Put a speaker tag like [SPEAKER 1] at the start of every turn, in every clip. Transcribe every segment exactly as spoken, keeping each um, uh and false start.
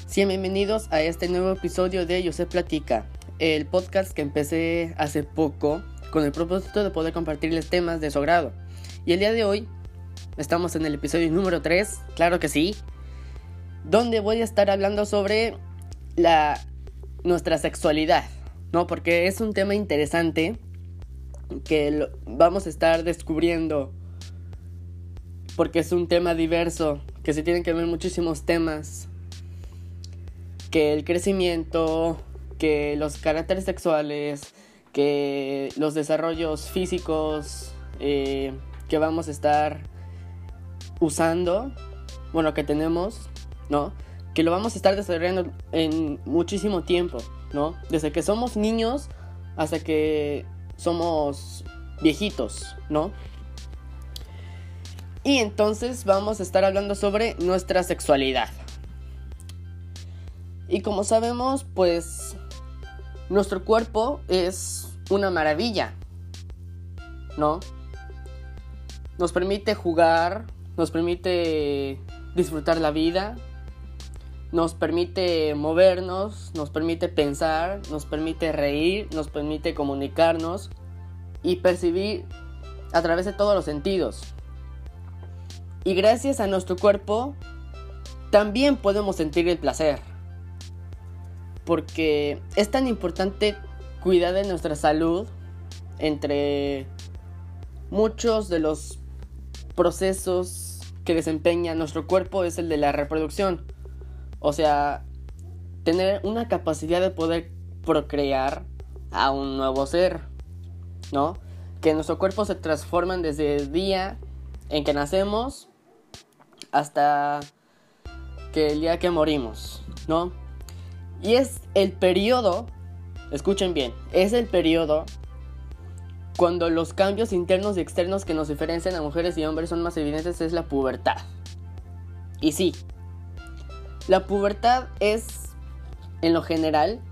[SPEAKER 1] Sean bienvenidos a este nuevo episodio de José Platica, el podcast que empecé hace poco con el propósito de poder compartirles temas de su agrado. Y el día de hoy estamos en el episodio número tres, claro que sí, donde voy a estar hablando sobre la nuestra sexualidad, ¿no? Porque es un tema interesante que lo, vamos a estar descubriendo, porque es un tema diverso, que se tienen que ver muchísimos temas, que el crecimiento, que los caracteres sexuales, que los desarrollos físicos eh, que vamos a estar usando, bueno, que tenemos, ¿no? Que lo vamos a estar desarrollando en muchísimo tiempo, ¿no? Desde que somos niños hasta que somos viejitos, ¿no? Y entonces vamos a estar hablando sobre nuestra sexualidad. Y como sabemos, pues nuestro cuerpo es una maravilla, ¿no? Nos permite jugar, nos permite disfrutar la vida, nos permite movernos, nos permite pensar, nos permite reír, nos permite comunicarnos y percibir a través de todos los sentidos. Y gracias a nuestro cuerpo también podemos sentir el placer, porque es tan importante cuidar de nuestra salud. Entre muchos de los procesos que desempeña nuestro cuerpo es el de la reproducción. O sea, tener una capacidad de poder procrear a un nuevo ser, ¿no? Que nuestro cuerpo se transforma desde el día en que nacemos hasta que el día que morimos, ¿no? Y es el periodo, escuchen bien, es el periodo cuando los cambios internos y externos que nos diferencian a mujeres y hombres son más evidentes, es la pubertad. Y sí, la pubertad es, en lo general,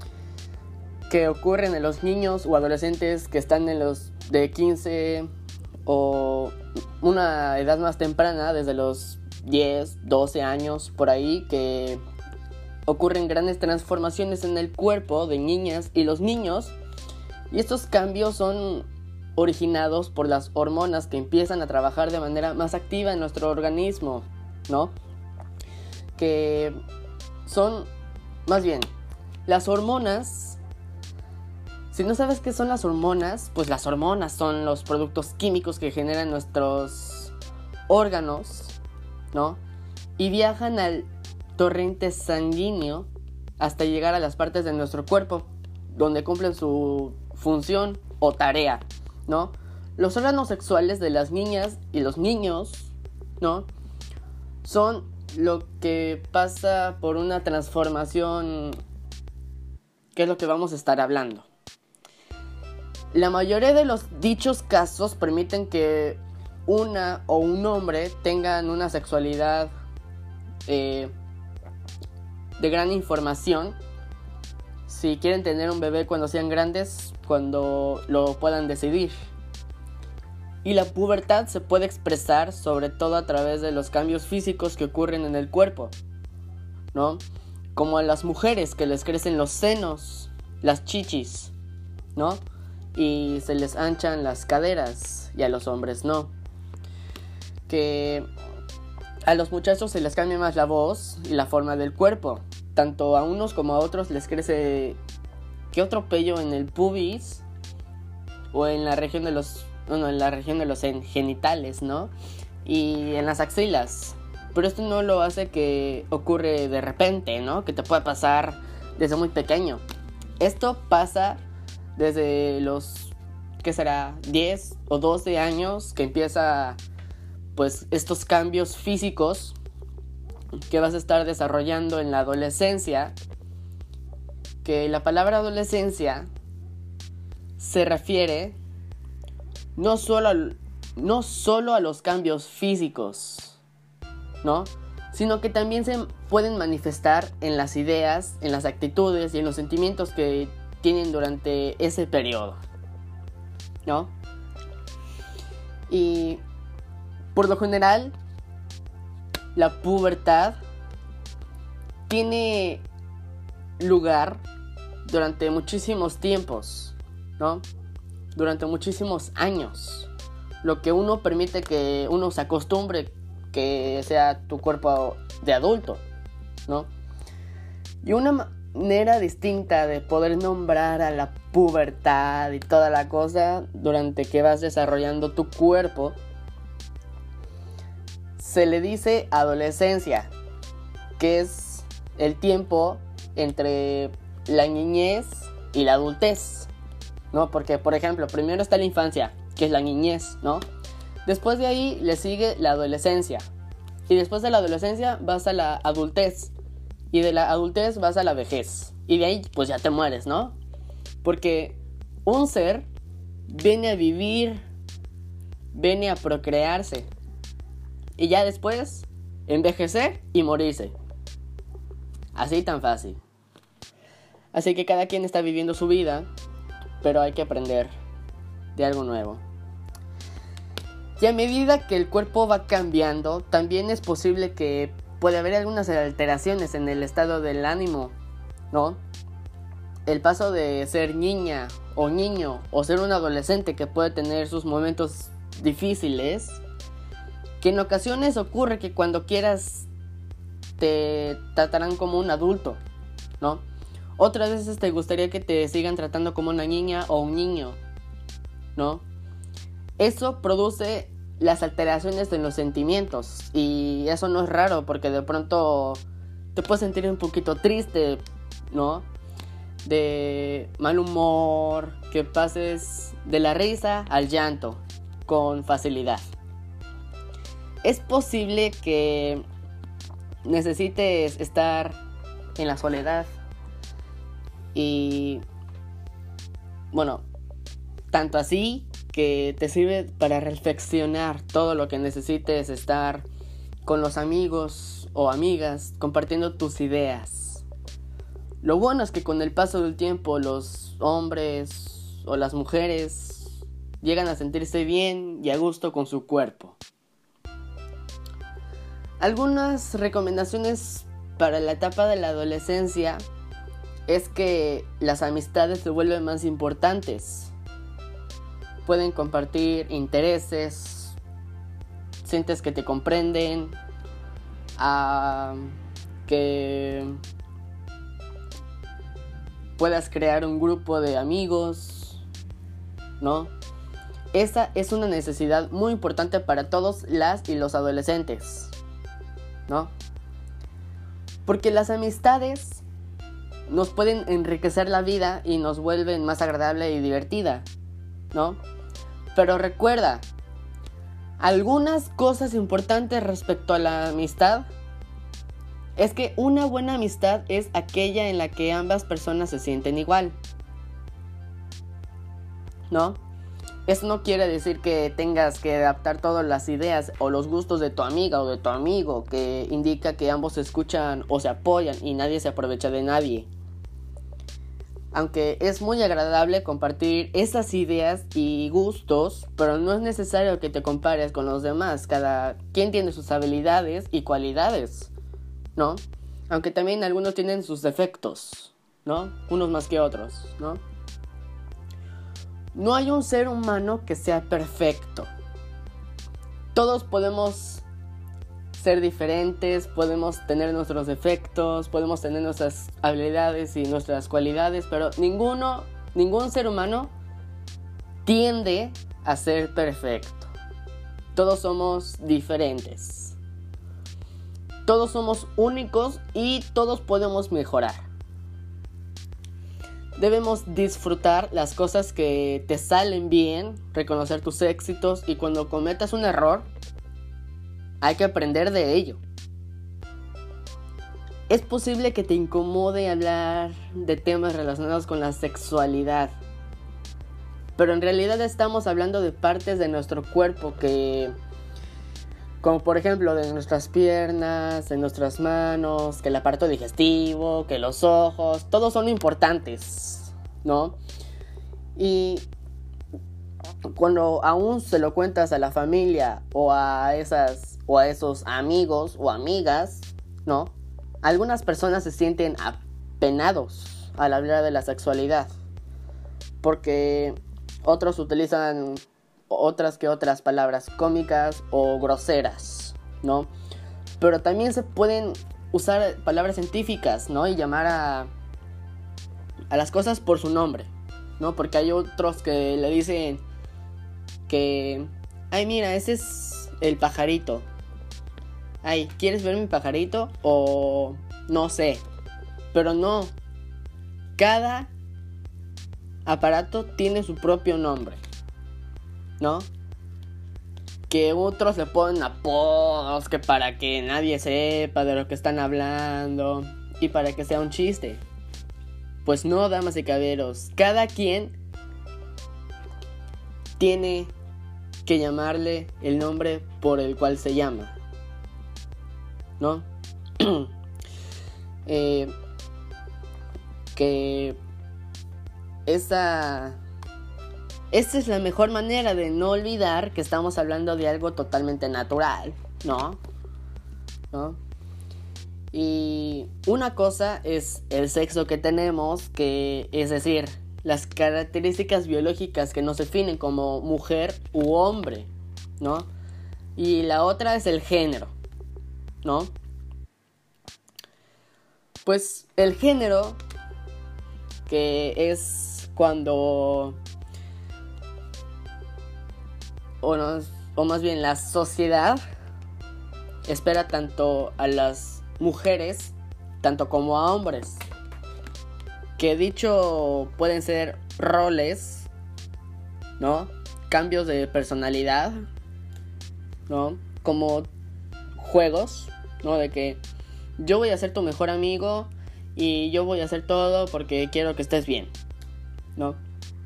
[SPEAKER 1] que ocurren en los niños o adolescentes que están en los de quince o una edad más temprana, desde los diez, doce años, por ahí, que ocurren grandes transformaciones en el cuerpo de niñas y los niños. Y estos cambios son originados por las hormonas que empiezan a trabajar de manera más activa en nuestro organismo, ¿no? Que son, más bien, las hormonas. Si no sabes qué son las hormonas, pues las hormonas son los productos químicos que generan nuestros órganos, ¿no? Y viajan al torrente sanguíneo hasta llegar a las partes de nuestro cuerpo donde cumplen su función o tarea, ¿no? Los órganos sexuales de las niñas y los niños, ¿no? Son lo que pasa por una transformación, que es lo que vamos a estar hablando. La mayoría de los dichos casos permiten que una o un hombre tengan una sexualidad eh, de gran información, si quieren tener un bebé cuando sean grandes, cuando lo puedan decidir. Y la pubertad se puede expresar sobre todo a través de los cambios físicos que ocurren en el cuerpo, ¿no? Como a las mujeres, que les crecen los senos, las chichis, ¿no? Y se les anchan las caderas, y a los hombres no. Que a los muchachos se les cambia más la voz y la forma del cuerpo. Tanto a unos como a otros les crece que otro pello en el pubis o en la región de los, bueno, en la región de los genitales, ¿no? Y en las axilas. Pero esto no lo hace que ocurre de repente, ¿no? Que te puede pasar desde muy pequeño. Esto pasa desde los, ¿qué será? diez o doce años, que empieza pues estos cambios físicos que vas a estar desarrollando en la adolescencia. Que la palabra adolescencia se refiere no solo a, no solo a los cambios físicos, ¿no? Sino que también se pueden manifestar en las ideas, en las actitudes y en los sentimientos que tienen durante ese periodo, ¿no? Y por lo general, la pubertad tiene lugar durante muchísimos tiempos, ¿no? Durante muchísimos años. Lo que uno permite que uno se acostumbre que sea tu cuerpo de adulto, ¿no? Y una manera distinta de poder nombrar a la pubertad y toda la cosa durante que vas desarrollando tu cuerpo se le dice adolescencia, que es el tiempo entre la niñez y la adultez, ¿no? Porque, por ejemplo, primero está la infancia, que es la niñez, ¿no? Después de ahí le sigue la adolescencia. Y después de la adolescencia vas a la adultez. Y de la adultez vas a la vejez. Y de ahí pues ya te mueres, ¿no? Porque un ser viene a vivir, viene a procrearse. Y ya después envejecer y morirse. Así tan fácil. Así que cada quien está viviendo su vida, pero hay que aprender de algo nuevo. Y a medida que el cuerpo va cambiando, también es posible que puede haber algunas alteraciones en el estado del ánimo, ¿no? El paso de ser niña o niño o ser un adolescente que puede tener sus momentos difíciles, que en ocasiones ocurre que cuando quieras te tratarán como un adulto, ¿no? Otras veces te gustaría que te sigan tratando como una niña o un niño, ¿no? Eso produce las alteraciones en los sentimientos y eso no es raro porque de pronto te puedes sentir un poquito triste, ¿no? De mal humor, que pases de la risa al llanto con facilidad. Es posible que necesites estar en la soledad y bueno, tanto así que te sirve para reflexionar todo lo que necesites, estar con los amigos o amigas compartiendo tus ideas. Lo bueno es que con el paso del tiempo los hombres o las mujeres llegan a sentirse bien y a gusto con su cuerpo. Algunas recomendaciones para la etapa de la adolescencia es que las amistades se vuelven más importantes. Pueden compartir intereses, sientes que te comprenden, uh, que puedas crear un grupo de amigos, ¿no? Esa es una necesidad muy importante para todos las y los adolescentes, ¿no? Porque las amistades nos pueden enriquecer la vida y nos vuelven más agradable y divertida, ¿no? Pero recuerda, algunas cosas importantes respecto a la amistad es que una buena amistad es aquella en la que ambas personas se sienten igual, ¿no? Eso no quiere decir que tengas que adaptar todas las ideas o los gustos de tu amiga o de tu amigo, que indica que ambos se escuchan o se apoyan y nadie se aprovecha de nadie. Aunque es muy agradable compartir esas ideas y gustos, pero no es necesario que te compares con los demás. Cada quien tiene sus habilidades y cualidades, ¿no? Aunque también algunos tienen sus defectos, ¿no? Unos más que otros, ¿no? No hay un ser humano que sea perfecto. Todos podemos ser diferentes, podemos tener nuestros defectos, podemos tener nuestras habilidades y nuestras cualidades, pero ninguno, ningún ser humano tiende a ser perfecto. Todos somos diferentes. Todos somos únicos y todos podemos mejorar. Debemos disfrutar las cosas que te salen bien, reconocer tus éxitos y cuando cometas un error, hay que aprender de ello. Es posible que te incomode hablar de temas relacionados con la sexualidad, pero en realidad estamos hablando de partes de nuestro cuerpo que, como por ejemplo de nuestras piernas, de nuestras manos, que el aparato digestivo, que los ojos, todos son importantes, ¿no? Y cuando aún se lo cuentas a la familia o a esas o a esos amigos o amigas, ¿no? algunas personas se sienten apenados al hablar de la sexualidad, porque otros utilizan otras que otras palabras cómicas o groseras, ¿no? Pero también se pueden usar palabras científicas, ¿no? Y llamar a, a las cosas por su nombre, ¿no? Porque hay otros que le dicen que, ay, mira, ese es el pajarito. Ay, ¿quieres ver mi pajarito? O no sé. Pero no. Cada aparato tiene su propio nombre, ¿no? Que otros le ponen apodos que para que nadie sepa de lo que están hablando y para que sea un chiste. Pues no, damas y caballeros, cada quien tiene que llamarle el nombre por el cual se llama, ¿no? eh, que esa esa es la mejor manera de no olvidar que estamos hablando de algo totalmente natural, ¿no? ¿No? Y una cosa es el sexo que tenemos, que es decir, las características biológicas que nos definen como mujer u hombre, ¿no? Y la otra es el género, ¿no? Pues el género, que es cuando, o, no, o más bien la sociedad espera tanto a las mujeres tanto como a hombres, que dicho pueden ser roles, ¿no? Cambios de personalidad, ¿no? Como juegos, ¿no? De que yo voy a ser tu mejor amigo y yo voy a hacer todo porque quiero que estés bien, ¿no?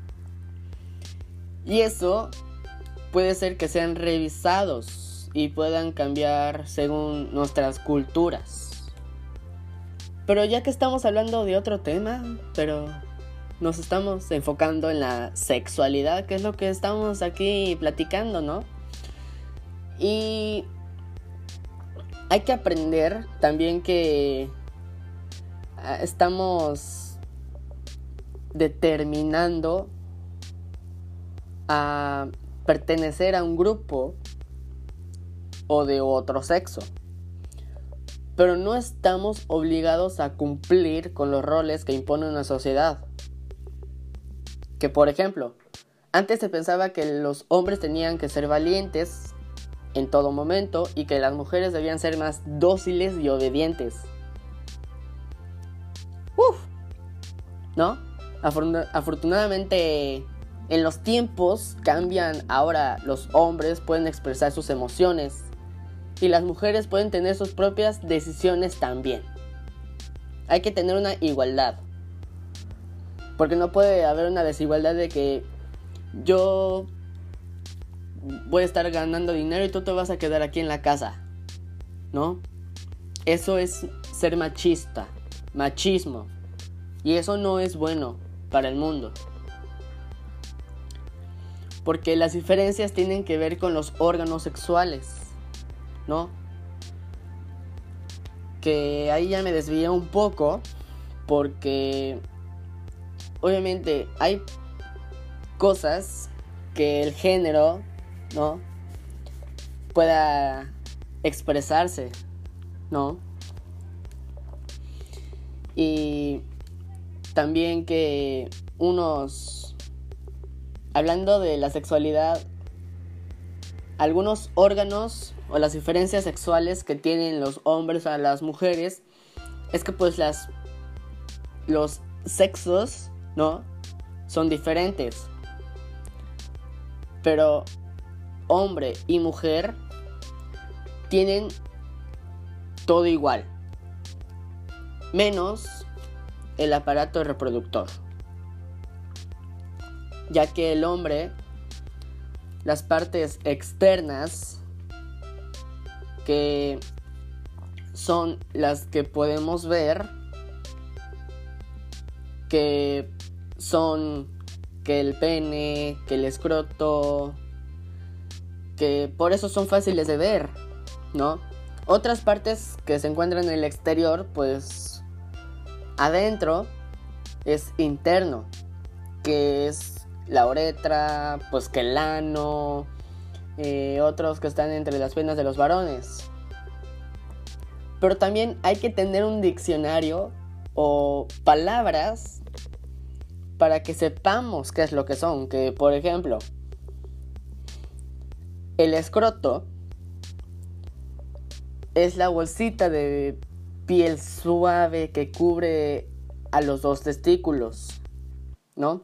[SPEAKER 1] Y eso puede ser que sean revisados y puedan cambiar según nuestras culturas. Pero ya que estamos hablando de otro tema, pero nos estamos enfocando en la sexualidad, que es lo que estamos aquí platicando, ¿no? Y hay que aprender también que estamos determinando a pertenecer a un grupo o de otro sexo, pero no estamos obligados a cumplir con los roles que impone una sociedad. Que por ejemplo, antes se pensaba que los hombres tenían que ser valientes en todo momento y que las mujeres debían ser más dóciles y obedientes. Uf, ¿no? Afortun- afortunadamente en los tiempos cambian. Ahora los hombres pueden expresar sus emociones y las mujeres pueden tener sus propias decisiones también. Hay que tener una igualdad, porque no puede haber una desigualdad de que yo voy a estar ganando dinero y tú te vas a quedar aquí en la casa, ¿no? Eso es ser machista, machismo, y eso no es bueno para el mundo, porque las diferencias tienen que ver con los órganos sexuales, ¿no? Que ahí ya me desvié un poco, porque obviamente hay cosas que el género, ¿no?, pueda expresarse, ¿no? Y también que unos, hablando de la sexualidad, algunos órganos o las diferencias sexuales que tienen los hombres a las mujeres es que pues las los sexos, ¿no?, son diferentes, pero hombre y mujer tienen todo igual, menos el aparato reproductor, ya que el hombre, las partes externas, que son las que podemos ver, que son que el pene, que el escroto, que por eso son fáciles de ver, ¿no? Otras partes que se encuentran en el exterior, pues adentro es interno, que es la uretra, pues que el ano, eh, otros que están entre las venas de los varones. Pero también hay que tener un diccionario o palabras para que sepamos qué es lo que son. Que, por ejemplo, el escroto es la bolsita de piel suave que cubre a los dos testículos, ¿no?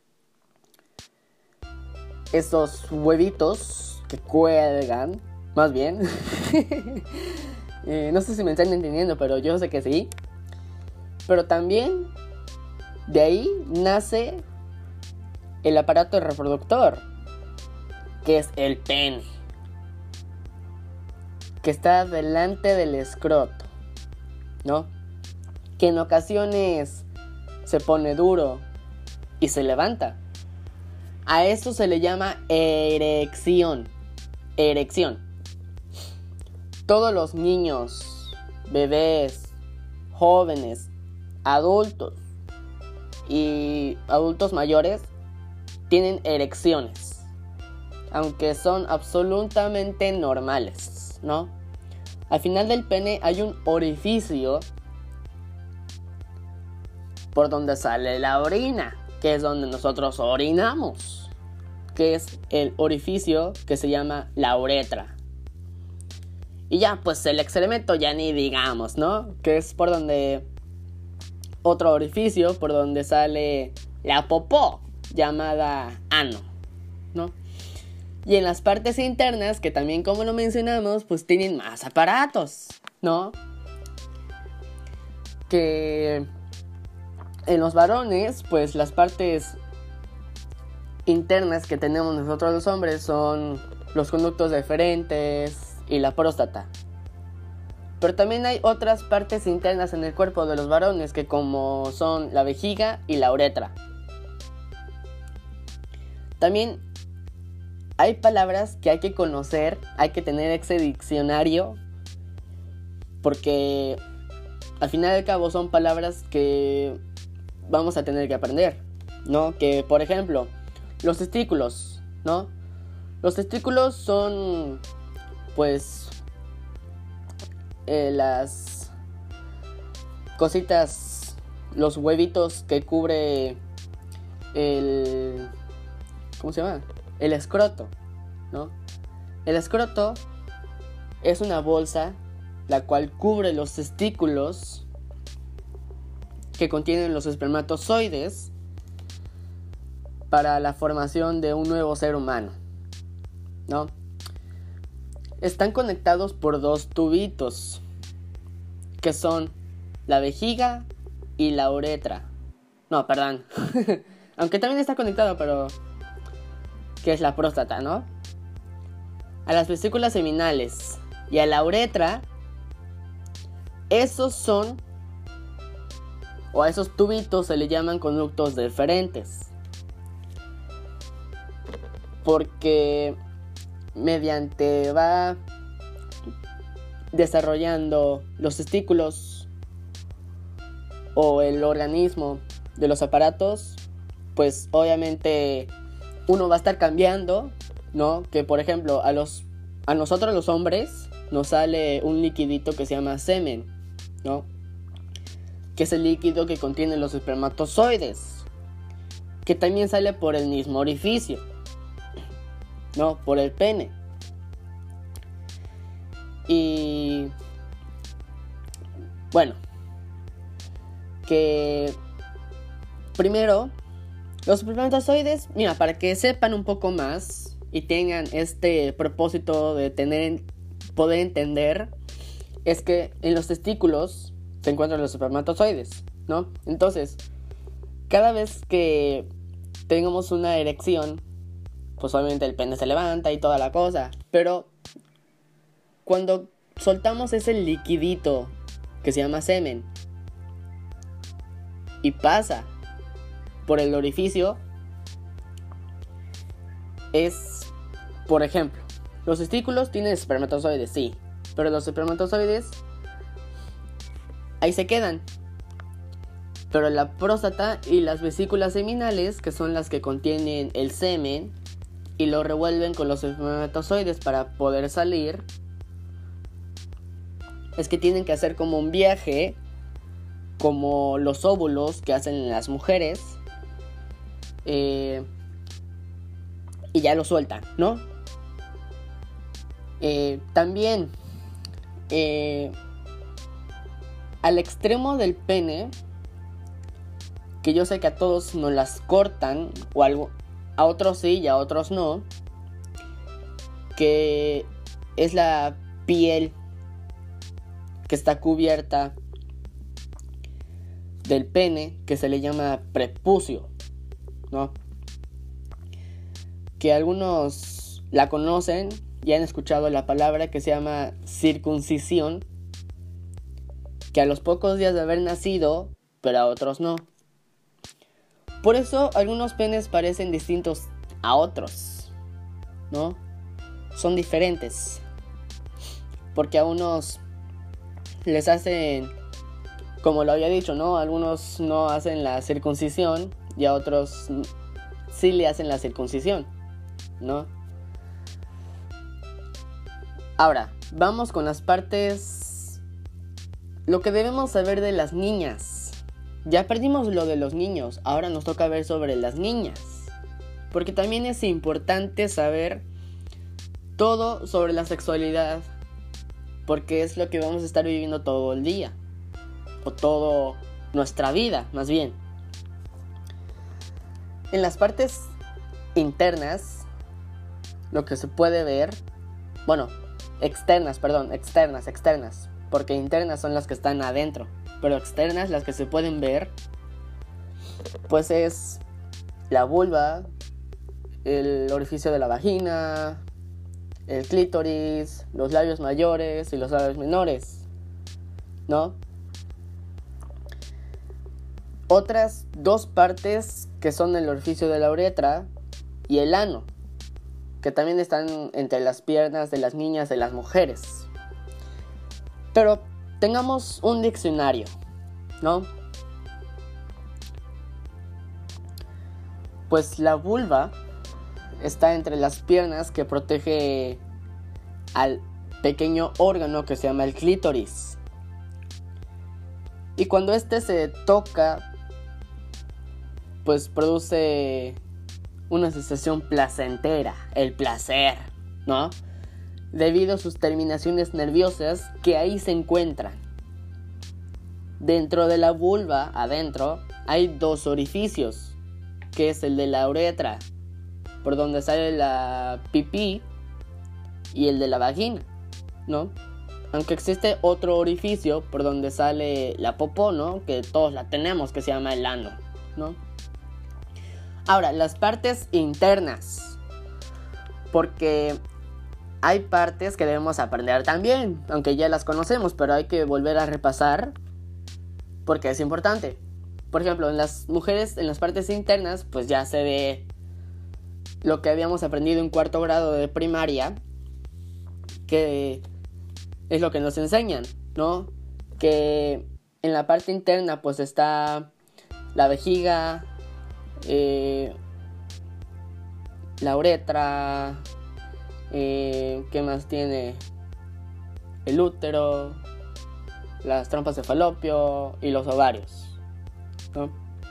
[SPEAKER 1] Esos huevitos que cuelgan, más bien. eh, no sé si me están entendiendo, pero yo sé que sí. Pero también de ahí nace el aparato reproductor, que es el pene, que está delante del escroto, ¿no? Que en ocasiones se pone duro y se levanta. A eso se le llama erección. Erección. Todos los niños, bebés, jóvenes, adultos y adultos mayores tienen erecciones, aunque son absolutamente normales, ¿no? Al final del pene hay un orificio por donde sale la orina, que es donde nosotros orinamos, que es el orificio que se llama la uretra. Y ya, pues el excremento ya ni digamos, ¿no? Que es por donde... otro orificio por donde sale la popó, llamada ano, ¿no? Y en las partes internas, que también como lo mencionamos, pues tienen más aparatos, ¿no? Que en los varones, pues las partes internas que tenemos nosotros los hombres son los conductos deferentes y la próstata. Pero también hay otras partes internas en el cuerpo de los varones, que como son la vejiga y la uretra. También hay palabras que hay que conocer, hay que tener ese diccionario, porque al final y al cabo son palabras que vamos a tener que aprender, ¿no? Que, por ejemplo, los testículos, ¿no? Los testículos son, pues, eh, las cositas, los huevitos que cubre el... ¿cómo se llama? El escroto, ¿no? El escroto es una bolsa la cual cubre los testículos que contienen los espermatozoides para la formación de un nuevo ser humano, ¿no? Están conectados por dos tubitos, que son la vejiga y la uretra. No, perdón. Aunque también está conectado, pero... que es la próstata, ¿no? A las vesículas seminales y a la uretra, esos son, o a esos tubitos se le llaman conductos deferentes, porque mediante va desarrollando los testículos o el organismo de los aparatos, pues obviamente uno va a estar cambiando, ¿no? Que por ejemplo a los a nosotros los hombres nos sale un liquidito que se llama semen, ¿no? Que es el líquido que contiene los espermatozoides, que también sale por el mismo orificio, ¿no? Por el pene. Y bueno, que primero los espermatozoides, mira, para que sepan un poco más y tengan este propósito de tener, poder entender, es que en los testículos se encuentran los espermatozoides, ¿no? Entonces, cada vez que tengamos una erección, pues obviamente el pene se levanta y toda la cosa, pero cuando soltamos ese liquidito que se llama semen y pasa por el orificio, es, por ejemplo, los testículos tienen espermatozoides, sí, pero los espermatozoides ahí se quedan. Pero la próstata y las vesículas seminales, que son las que contienen el semen y lo revuelven con los espermatozoides para poder salir, es que tienen que hacer como un viaje, como los óvulos que hacen las mujeres, eh, y ya lo sueltan, ¿no? Eh, también eh, al extremo del pene, que yo sé que a todos nos las cortan, o algo, a otros sí y a otros no, que es la piel que está cubierta del pene, que se le llama prepucio, ¿no? Que algunos la conocen y han escuchado la palabra, que se llama circuncisión, que a los pocos días de haber nacido, pero a otros no. Por eso algunos penes parecen distintos a otros, ¿no? Son diferentes, porque a unos les hacen, como lo había dicho, ¿no? Algunos no hacen la circuncisión y a otros sí le hacen la circuncisión, ¿no? Ahora, vamos con las partes, lo que debemos saber de las niñas. Ya perdimos lo de los niños, ahora nos toca ver sobre las niñas, porque también es importante saber todo sobre la sexualidad, porque es lo que vamos a estar viviendo todo el día, o toda nuestra vida, más bien. En las partes internas, lo que se puede ver, bueno, externas, perdón, externas, externas, porque internas son las que están adentro, pero externas, las que se pueden ver, pues es la vulva, el orificio de la vagina, el clítoris, los labios mayores y los labios menores, ¿no? Otras dos partes que son el orificio de la uretra y el ano, que también están entre las piernas de las niñas, de las mujeres. Pero tengamos un diccionario, ¿no? Pues la vulva está entre las piernas, que protege al pequeño órgano que se llama el clítoris. Y cuando este se toca, pues produce una sensación placentera, el placer, ¿no? Debido a sus terminaciones nerviosas que ahí se encuentran. Dentro de la vulva, adentro, hay dos orificios, que es el de la uretra, por donde sale la pipí, y el de la vagina, ¿no? Aunque existe otro orificio por donde sale la popó, ¿no? Que todos la tenemos, que se llama el ano, ¿no? Ahora, las partes internas, porque hay partes que debemos aprender también, aunque ya las conocemos, pero hay que volver a repasar porque es importante. Por ejemplo, en las mujeres, en las partes internas, pues ya se ve lo que habíamos aprendido en cuarto grado de primaria, que es lo que nos enseñan, ¿no? Que en la parte interna pues está la vejiga, eh, la uretra, eh, ¿qué más tiene? El útero, las trompas de falopio y los ovarios, ¿no?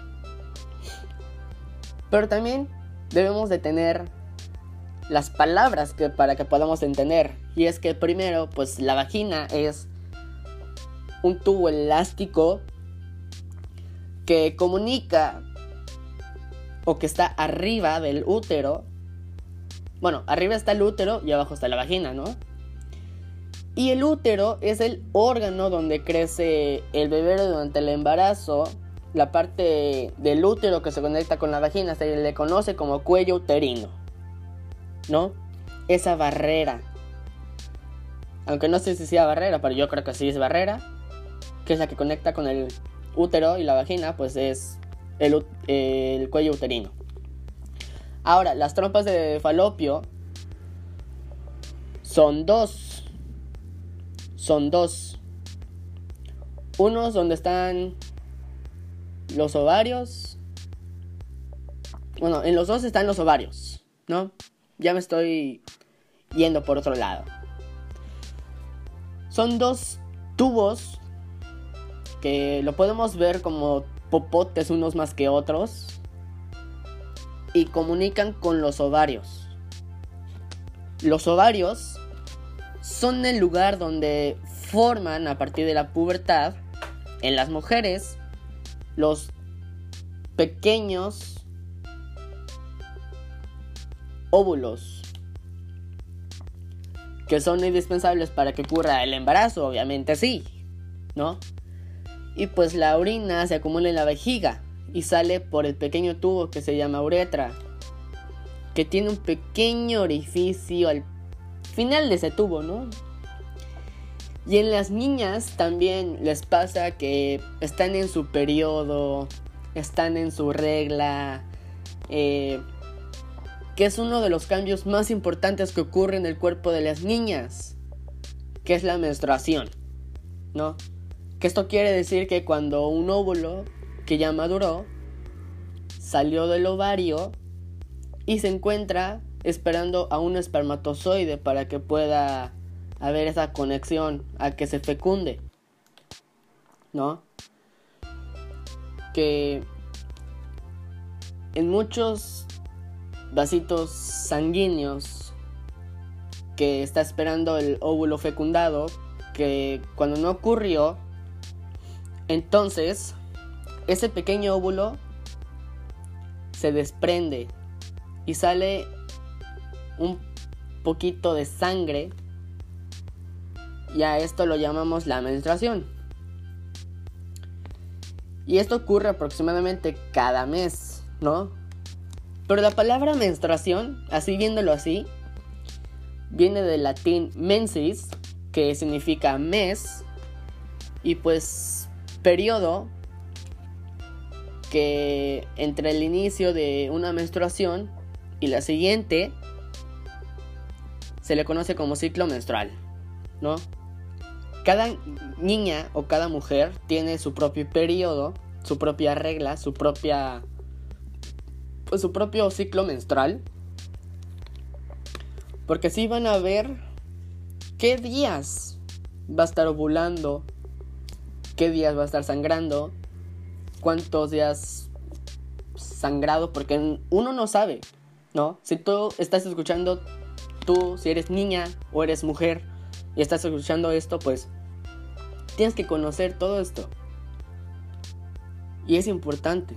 [SPEAKER 1] Pero también debemos de tener las palabras que, para que podamos entender. Y es que primero, pues la vagina es un tubo elástico que comunica, o que está arriba del útero. Bueno, arriba está el útero y abajo está la vagina, ¿no? Y el útero es el órgano donde crece el bebé durante el embarazo. La parte del útero que se conecta con la vagina se le conoce como cuello uterino, ¿no? Esa barrera, aunque no sé si sea barrera, pero yo creo que sí es barrera, que es la que conecta con el útero y la vagina, pues es el, el cuello uterino. Ahora, las trompas de falopio son dos, son dos. Unos donde están los ovarios. Bueno, en los dos están los ovarios, ¿no? Ya me estoy yendo por otro lado. Son dos tubos que lo podemos ver como popotes unos más que otros y comunican con los ovarios. Los ovarios son el lugar donde forman a partir de la pubertad en las mujeres los pequeños óvulos que son indispensables para que ocurra el embarazo, obviamente sí, ¿no? Y pues la orina se acumula en la vejiga y sale por el pequeño tubo que se llama uretra, que tiene un pequeño orificio al final de ese tubo, ¿no? Y en las niñas también les pasa que están en su periodo, están en su regla, eh, que es uno de los cambios más importantes que ocurre en el cuerpo de las niñas, que es la menstruación, ¿no? Que esto quiere decir que cuando un óvulo que ya maduró salió del ovario y se encuentra esperando a un espermatozoide para que pueda haber esa conexión, a que se fecunde, ¿no? Que en muchos vasitos sanguíneos que está esperando el óvulo fecundado, que cuando no ocurrió, entonces ese pequeño óvulo se desprende y sale un poquito de sangre, y a esto lo llamamos la menstruación. Y esto ocurre aproximadamente cada mes, ¿no? Pero la palabra menstruación, así viéndolo así, viene del latín mensis, que significa mes, y pues periodo, que entre el inicio de una menstruación y la siguiente se le conoce como ciclo menstrual, ¿no? Cada niña o cada mujer tiene su propio periodo, su propia regla, su propia pues su propio ciclo menstrual, porque sí van a ver qué días va a estar ovulando, qué días va a estar sangrando, cuántos días sangrado, porque uno no sabe, ¿no? Si tú estás escuchando, tú si eres niña o eres mujer y estás escuchando esto, pues tienes que conocer todo esto. Y es importante.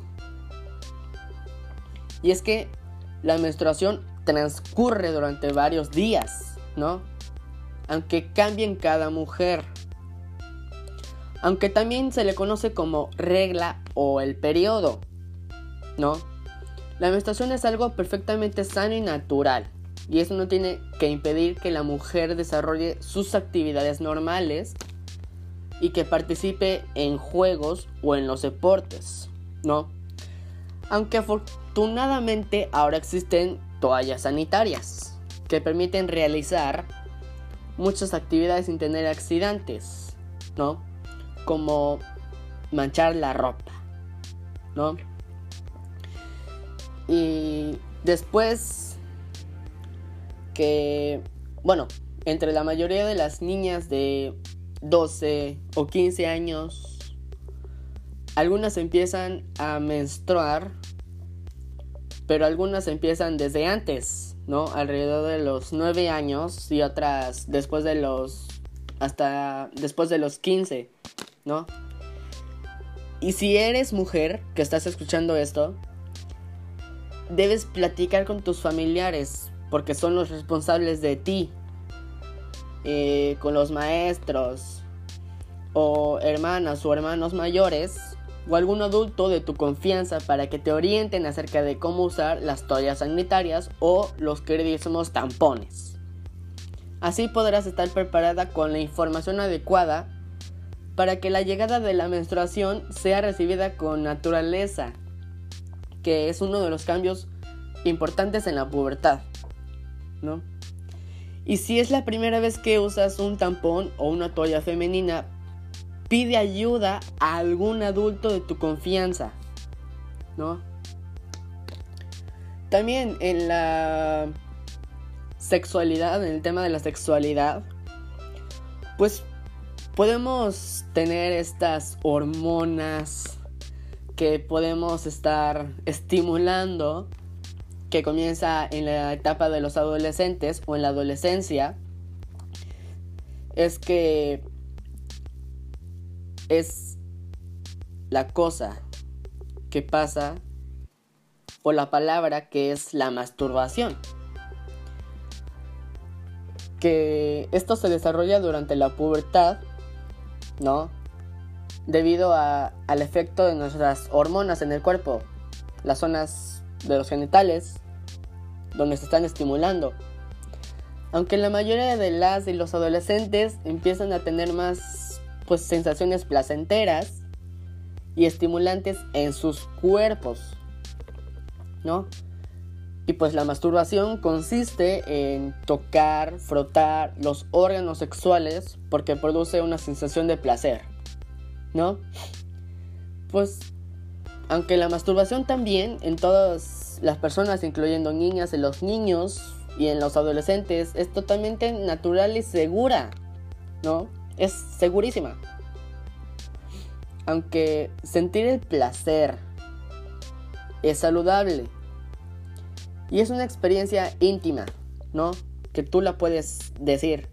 [SPEAKER 1] Y es que la menstruación transcurre durante varios días, ¿no? Aunque cambie en cada mujer. Aunque también se le conoce como regla o el periodo, ¿no? La menstruación es algo perfectamente sano y natural. Y eso no tiene que impedir que la mujer desarrolle sus actividades normales y que participe en juegos o en los deportes, ¿no? Aunque afortunadamente ahora existen toallas sanitarias que permiten realizar muchas actividades sin tener accidentes, ¿no? Como manchar la ropa, ¿no? Y después que, bueno, entre la mayoría de las niñas de doce o quince años, algunas empiezan a menstruar, pero algunas empiezan desde antes, ¿no? Alrededor de los nueve años y otras después de los, hasta después de los quince, ¿no? Y si eres mujer que estás escuchando esto, debes platicar con tus familiares, porque son los responsables de ti, eh, con los maestros, o hermanas o hermanos mayores, o algún adulto de tu confianza para que te orienten acerca de cómo usar las toallas sanitarias o los queridísimos tampones. Así podrás estar preparada con la información adecuada para que la llegada de la menstruación sea recibida con naturaleza, que es uno de los cambios importantes en la pubertad, ¿no? Y si es la primera vez que usas un tampón o una toalla femenina, pide ayuda a algún adulto de tu confianza, ¿no? También en la sexualidad, en el tema de la sexualidad, pues podemos tener estas hormonas que podemos estar estimulando, que comienza en la etapa de los adolescentes o en la adolescencia. Es que es la cosa que pasa, o la palabra que es la masturbación, que esto se desarrolla durante la pubertad, ¿no? Debido a, al efecto de nuestras hormonas en el cuerpo, las zonas de los genitales, donde se están estimulando. Aunque la mayoría de las y los adolescentes empiezan a tener más, pues, sensaciones placenteras y estimulantes en sus cuerpos, ¿no? Y pues la masturbación consiste en tocar, frotar los órganos sexuales porque produce una sensación de placer, ¿no? Pues, aunque la masturbación también en todas las personas, incluyendo niñas, en los niños y en los adolescentes, es totalmente natural y segura, ¿no? Es segurísima. Aunque sentir el placer es saludable y es una experiencia íntima, ¿no? Que tú la puedes decir.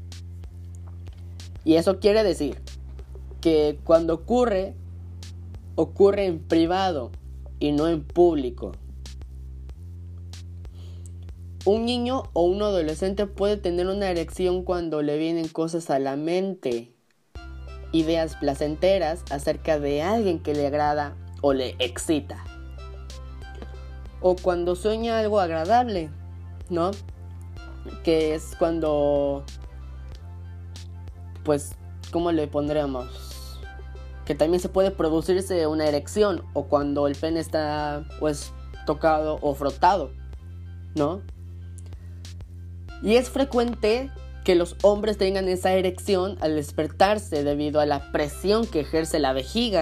[SPEAKER 1] Y eso quiere decir que cuando ocurre, ocurre en privado y no en público. Un niño o un adolescente puede tener una erección cuando le vienen cosas a la mente, ideas placenteras acerca de alguien que le agrada o le excita, o cuando sueña algo agradable, ¿no? Que es cuando, pues, ¿cómo le pondremos? Que también se puede producirse una erección, o cuando el pene está, pues, tocado o frotado, ¿no? Y es frecuente que los hombres tengan esa erección al despertarse debido a la presión que ejerce la vejiga,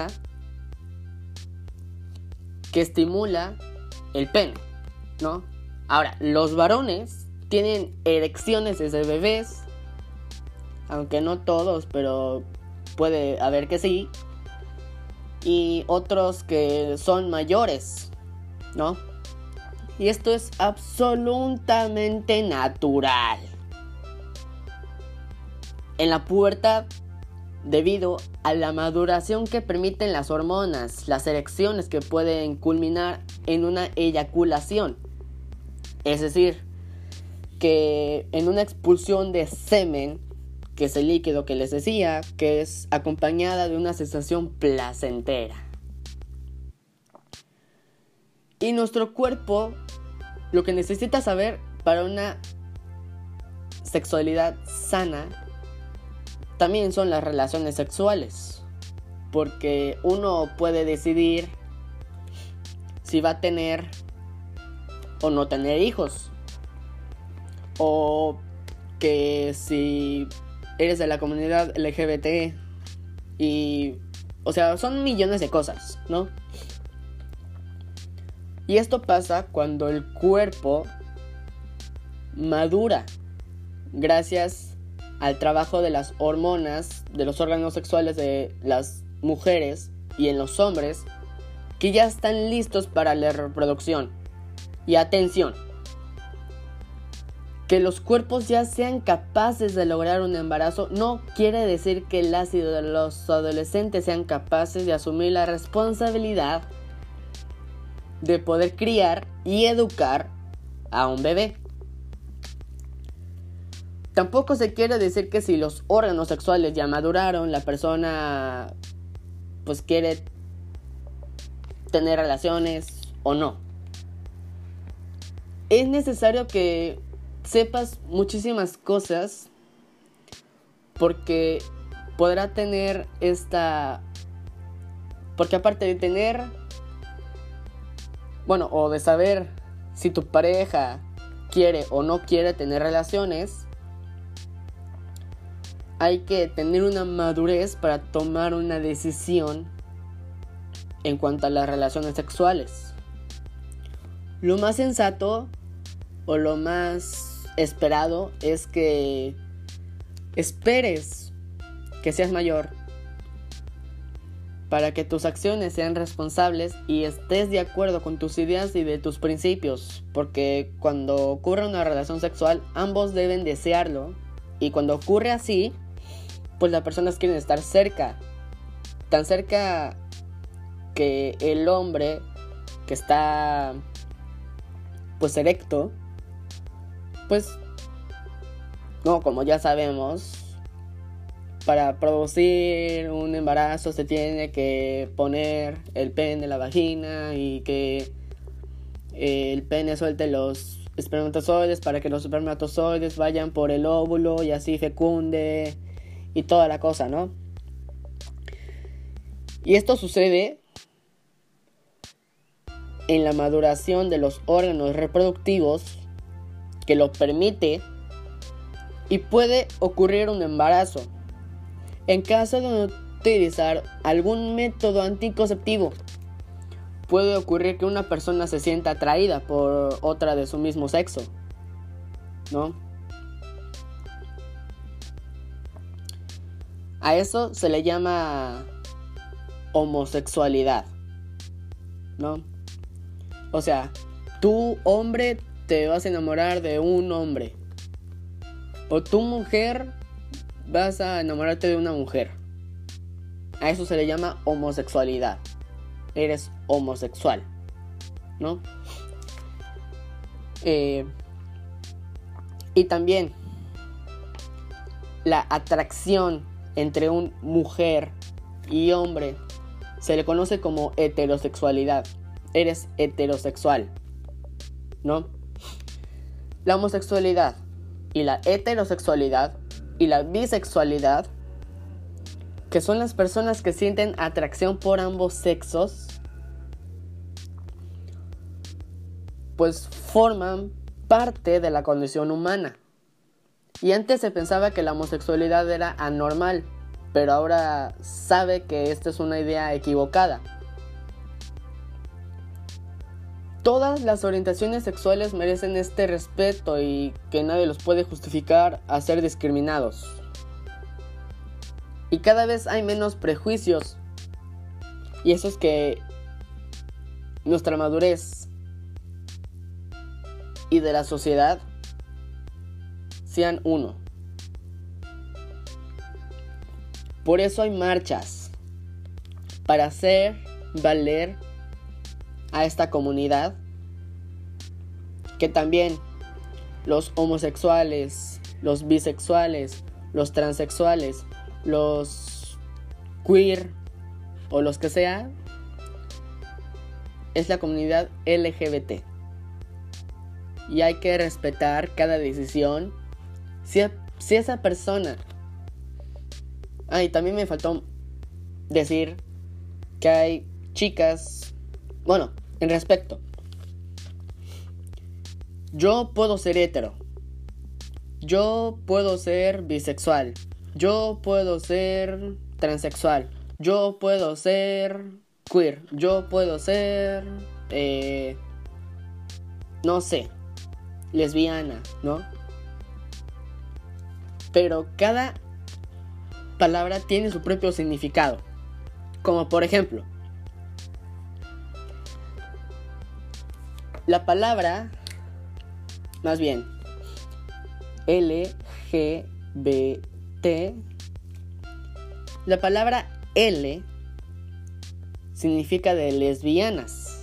[SPEAKER 1] que estimula el pene, ¿no? Ahora, los varones tienen erecciones desde bebés, aunque no todos, pero puede haber que sí, y otros que son mayores, ¿no? Y esto es absolutamente natural. En la pubertad, debido a la maduración que permiten las hormonas, las erecciones que pueden culminar en una eyaculación, es decir, que en una expulsión de semen, que es el líquido que les decía, que es acompañada de una sensación placentera. Y nuestro cuerpo lo que necesita saber para una sexualidad sana también son las relaciones sexuales, porque uno puede decidir si va a tener o no tener hijos, o que si eres de la comunidad L G B T, y, o sea, son millones de cosas, ¿no? Y esto pasa cuando el cuerpo madura gracias al trabajo de las hormonas de los órganos sexuales de las mujeres y en los hombres, que ya están listos para la reproducción. Y atención, que los cuerpos ya sean capaces de lograr un embarazo no quiere decir que las y los adolescentes sean capaces de asumir la responsabilidad de poder criar y educar a un bebé. Tampoco se quiere decir que si los órganos sexuales ya maduraron, la persona pues quiere tener relaciones o no. Es necesario que sepas muchísimas cosas, porque podrá tener esta... Porque aparte de tener... Bueno, o de saber si tu pareja quiere o no quiere tener relaciones, hay que tener una madurez para tomar una decisión en cuanto a las relaciones sexuales. Lo más sensato o lo más esperado es que esperes que seas mayor para que tus acciones sean responsables y estés de acuerdo con tus ideas y de tus principios, porque cuando ocurre una relación sexual ambos deben desearlo, y cuando ocurre así, pues las personas quieren estar cerca, tan cerca que el hombre que está pues erecto, pues no, como ya sabemos, para producir un embarazo se tiene que poner el pene en la vagina y que eh, el pene suelte los espermatozoides para que los espermatozoides vayan por el óvulo y así fecunde y toda la cosa, ¿no? Y esto sucede en la maduración de los órganos reproductivos que lo permite, y puede ocurrir un embarazo en caso de utilizar algún método anticonceptivo. Puede ocurrir que una persona se sienta atraída por otra de su mismo sexo, ¿no? A eso se le llama homosexualidad, ¿no? O sea, tú, hombre, te vas a enamorar de un hombre, o tú, mujer, vas a enamorarte de una mujer. A eso se le llama homosexualidad. Eres homosexual, ¿no? Eh, y también la atracción entre una mujer y hombre se le conoce como heterosexualidad. Eres heterosexual, ¿no? La homosexualidad y la heterosexualidad y la bisexualidad, que son las personas que sienten atracción por ambos sexos, pues forman parte de la condición humana. Y antes se pensaba que la homosexualidad era anormal, pero ahora sabe que esta es una idea equivocada. Todas las orientaciones sexuales merecen este respeto y que nadie los puede justificar a ser discriminados. Y cada vez hay menos prejuicios. Y eso es que nuestra madurez y de la sociedad sean uno. Por eso hay marchas para hacer valer a esta comunidad que también los homosexuales, los bisexuales, los transexuales, los queer o los que sea, es la comunidad L G B T. Y hay que respetar cada decisión. Si, si esa persona... Ah, y también me faltó decir que hay chicas... Bueno, en respecto. Yo puedo ser hetero. Yo puedo ser bisexual. Yo puedo ser transexual. Yo puedo ser queer. Yo puedo ser... Eh, no sé. Lesbiana, ¿no? Pero cada palabra tiene su propio significado. Como por ejemplo, la palabra, más bien, L G B T, la palabra L significa de lesbianas,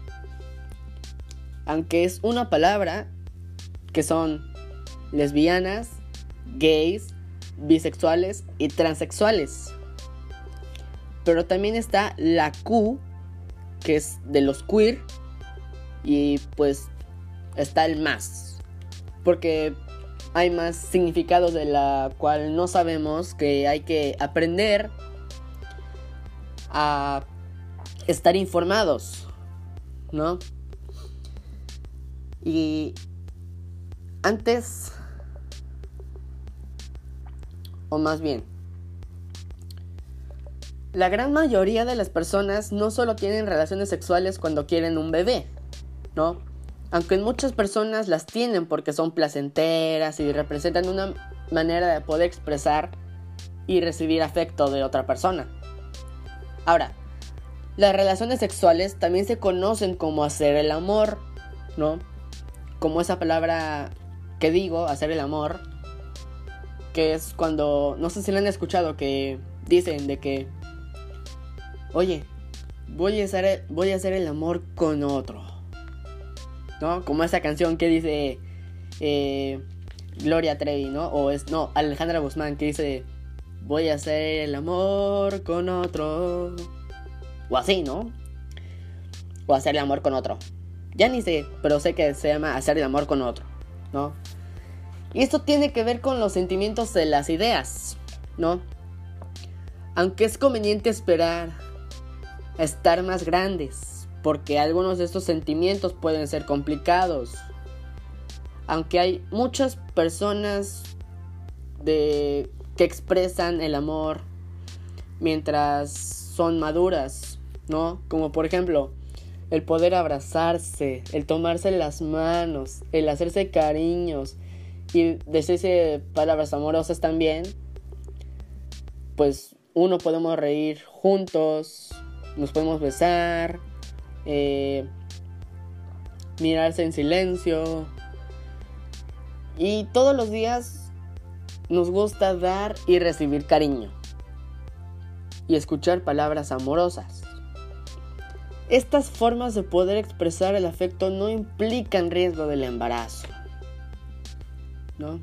[SPEAKER 1] aunque es una palabra que son lesbianas, gays, bisexuales y transexuales. Pero también está la Q, que es de los queer, y pues está el más, porque hay más significados de la cual no sabemos, que hay que aprender a estar informados, ¿no? Y antes o más bien, la gran mayoría de las personas no solo tienen relaciones sexuales cuando quieren un bebé, ¿no? Aunque muchas personas las tienen porque son placenteras y representan una manera de poder expresar y recibir afecto de otra persona. Ahora, las relaciones sexuales también se conocen como hacer el amor, ¿no? Como esa palabra que digo, hacer el amor, que es cuando, no sé si lo han escuchado, que dicen de que, oye, voy a hacer el, voy a hacer el amor con otro, ¿no? Como esa canción que dice eh, Gloria Trevi, ¿no? O es, no, Alejandra Guzmán, que dice, voy a hacer el amor con otro. O así, ¿no? O hacer el amor con otro. Ya ni sé, pero sé que se llama hacer el amor con otro, ¿no? Y esto tiene que ver con los sentimientos de las ideas, ¿no? Aunque es conveniente esperar a estar más grandes, porque algunos de estos sentimientos pueden ser complicados. Aunque hay muchas personas de, que expresan el amor mientras son maduras, ¿no? Como por ejemplo, el poder abrazarse, el tomarse las manos, el hacerse cariños y decirse palabras amorosas también. Pues uno podemos reír juntos, nos podemos besar, eh, mirarse en silencio. Y todos los días nos gusta dar y recibir cariño y escuchar palabras amorosas. Estas formas de poder expresar el afecto no implican riesgo del embarazo, ¿no?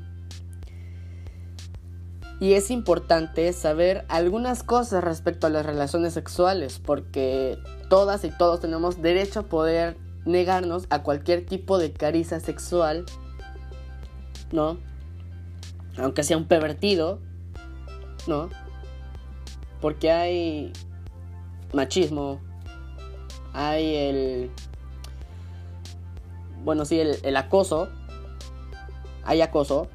[SPEAKER 1] Y es importante saber algunas cosas respecto a las relaciones sexuales, porque todas y todos tenemos derecho a poder negarnos a cualquier tipo de caricia sexual, ¿no? Aunque sea un pervertido, ¿no? Porque hay machismo, hay el... Bueno, sí, el, el acoso, hay acoso.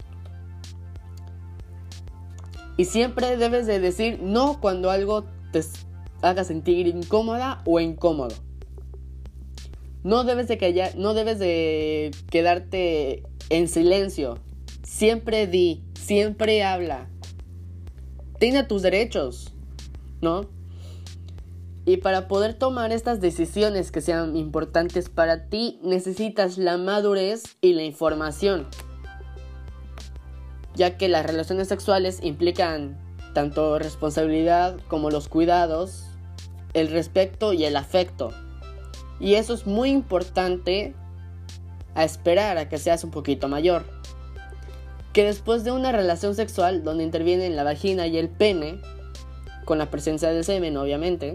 [SPEAKER 1] Y siempre debes de decir no cuando algo te haga sentir incómoda o incómodo. No debes de callar, no debes de quedarte en silencio. Siempre di, siempre habla. Tenga tus derechos, ¿no? Y para poder tomar estas decisiones que sean importantes para ti, necesitas la madurez y la información, ya que las relaciones sexuales implican tanto responsabilidad como los cuidados, el respeto y el afecto. Y eso es muy importante a esperar a que seas un poquito mayor. Que después de una relación sexual donde intervienen la vagina y el pene, con la presencia del semen obviamente,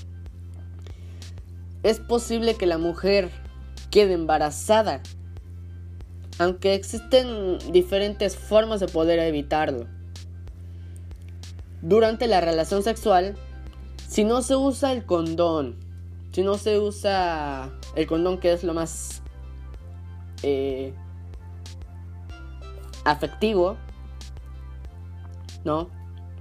[SPEAKER 1] es posible que la mujer quede embarazada, aunque existen diferentes formas de poder evitarlo. Durante la relación sexual, si no se usa el condón, si no se usa el condón, que es lo más eh, afectivo, ¿no?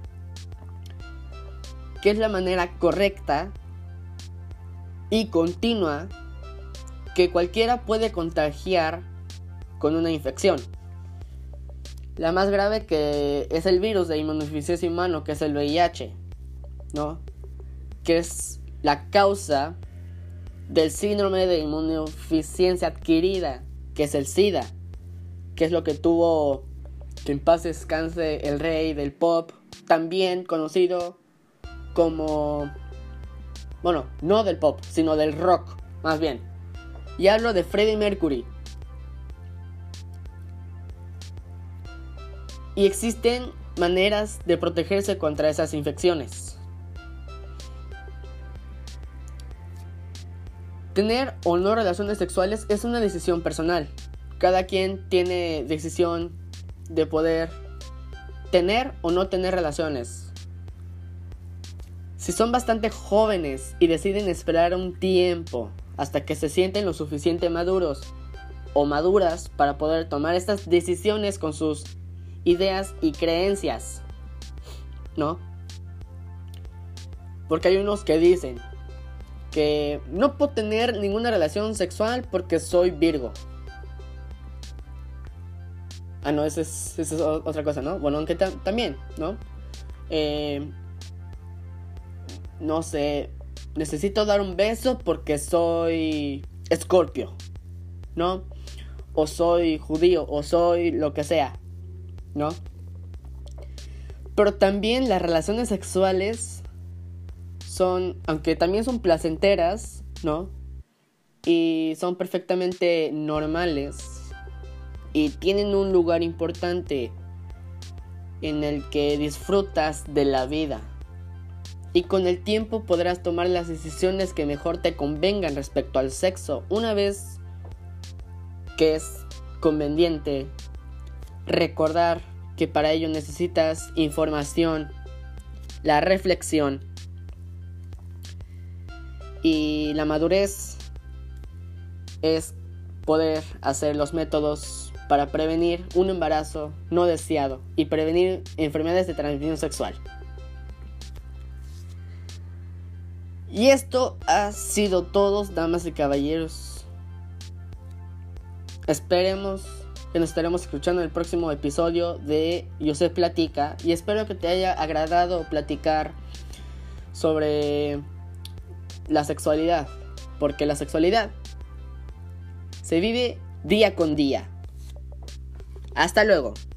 [SPEAKER 1] Que es la manera correcta y continua que cualquiera puede contagiar con una infección. La más grave, que es el virus de inmunodeficiencia humana, que es el V I H, ¿no? Que es la causa del síndrome de inmunodeficiencia adquirida, que es el SIDA, que es lo que tuvo, que en paz descanse, el rey del pop, también conocido como, bueno, no del pop, sino del rock, más bien. Y hablo de Freddie Mercury. Y existen maneras de protegerse contra esas infecciones. Tener o no relaciones sexuales es una decisión personal. Cada quien tiene decisión de poder tener o no tener relaciones. Si son bastante jóvenes y deciden esperar un tiempo hasta que se sienten lo suficiente maduros o maduras para poder tomar estas decisiones con sus ideas y creencias, ¿no? Porque hay unos que dicen que no puedo tener ninguna relación sexual porque soy Virgo. Ah, no, esa es, esa es otra cosa, ¿no? Bueno, aunque tam- también, ¿no? Eh, no sé, necesito dar un beso porque soy Escorpio, ¿no? O soy judío, o soy lo que sea, ¿no? Pero también las relaciones sexuales son, aunque también son placenteras, ¿no? Y son perfectamente normales y tienen un lugar importante en el que disfrutas de la vida. Y con el tiempo podrás tomar las decisiones que mejor te convengan respecto al sexo, una vez que es conveniente recordar que para ello necesitas información, la reflexión y la madurez es poder hacer los métodos para prevenir un embarazo no deseado y prevenir enfermedades de transmisión sexual. Y esto ha sido todo, damas y caballeros. Esperemos que nos estaremos escuchando en el próximo episodio de José Platica. Y espero que te haya agradado platicar sobre la sexualidad. Porque la sexualidad se vive día con día. Hasta luego.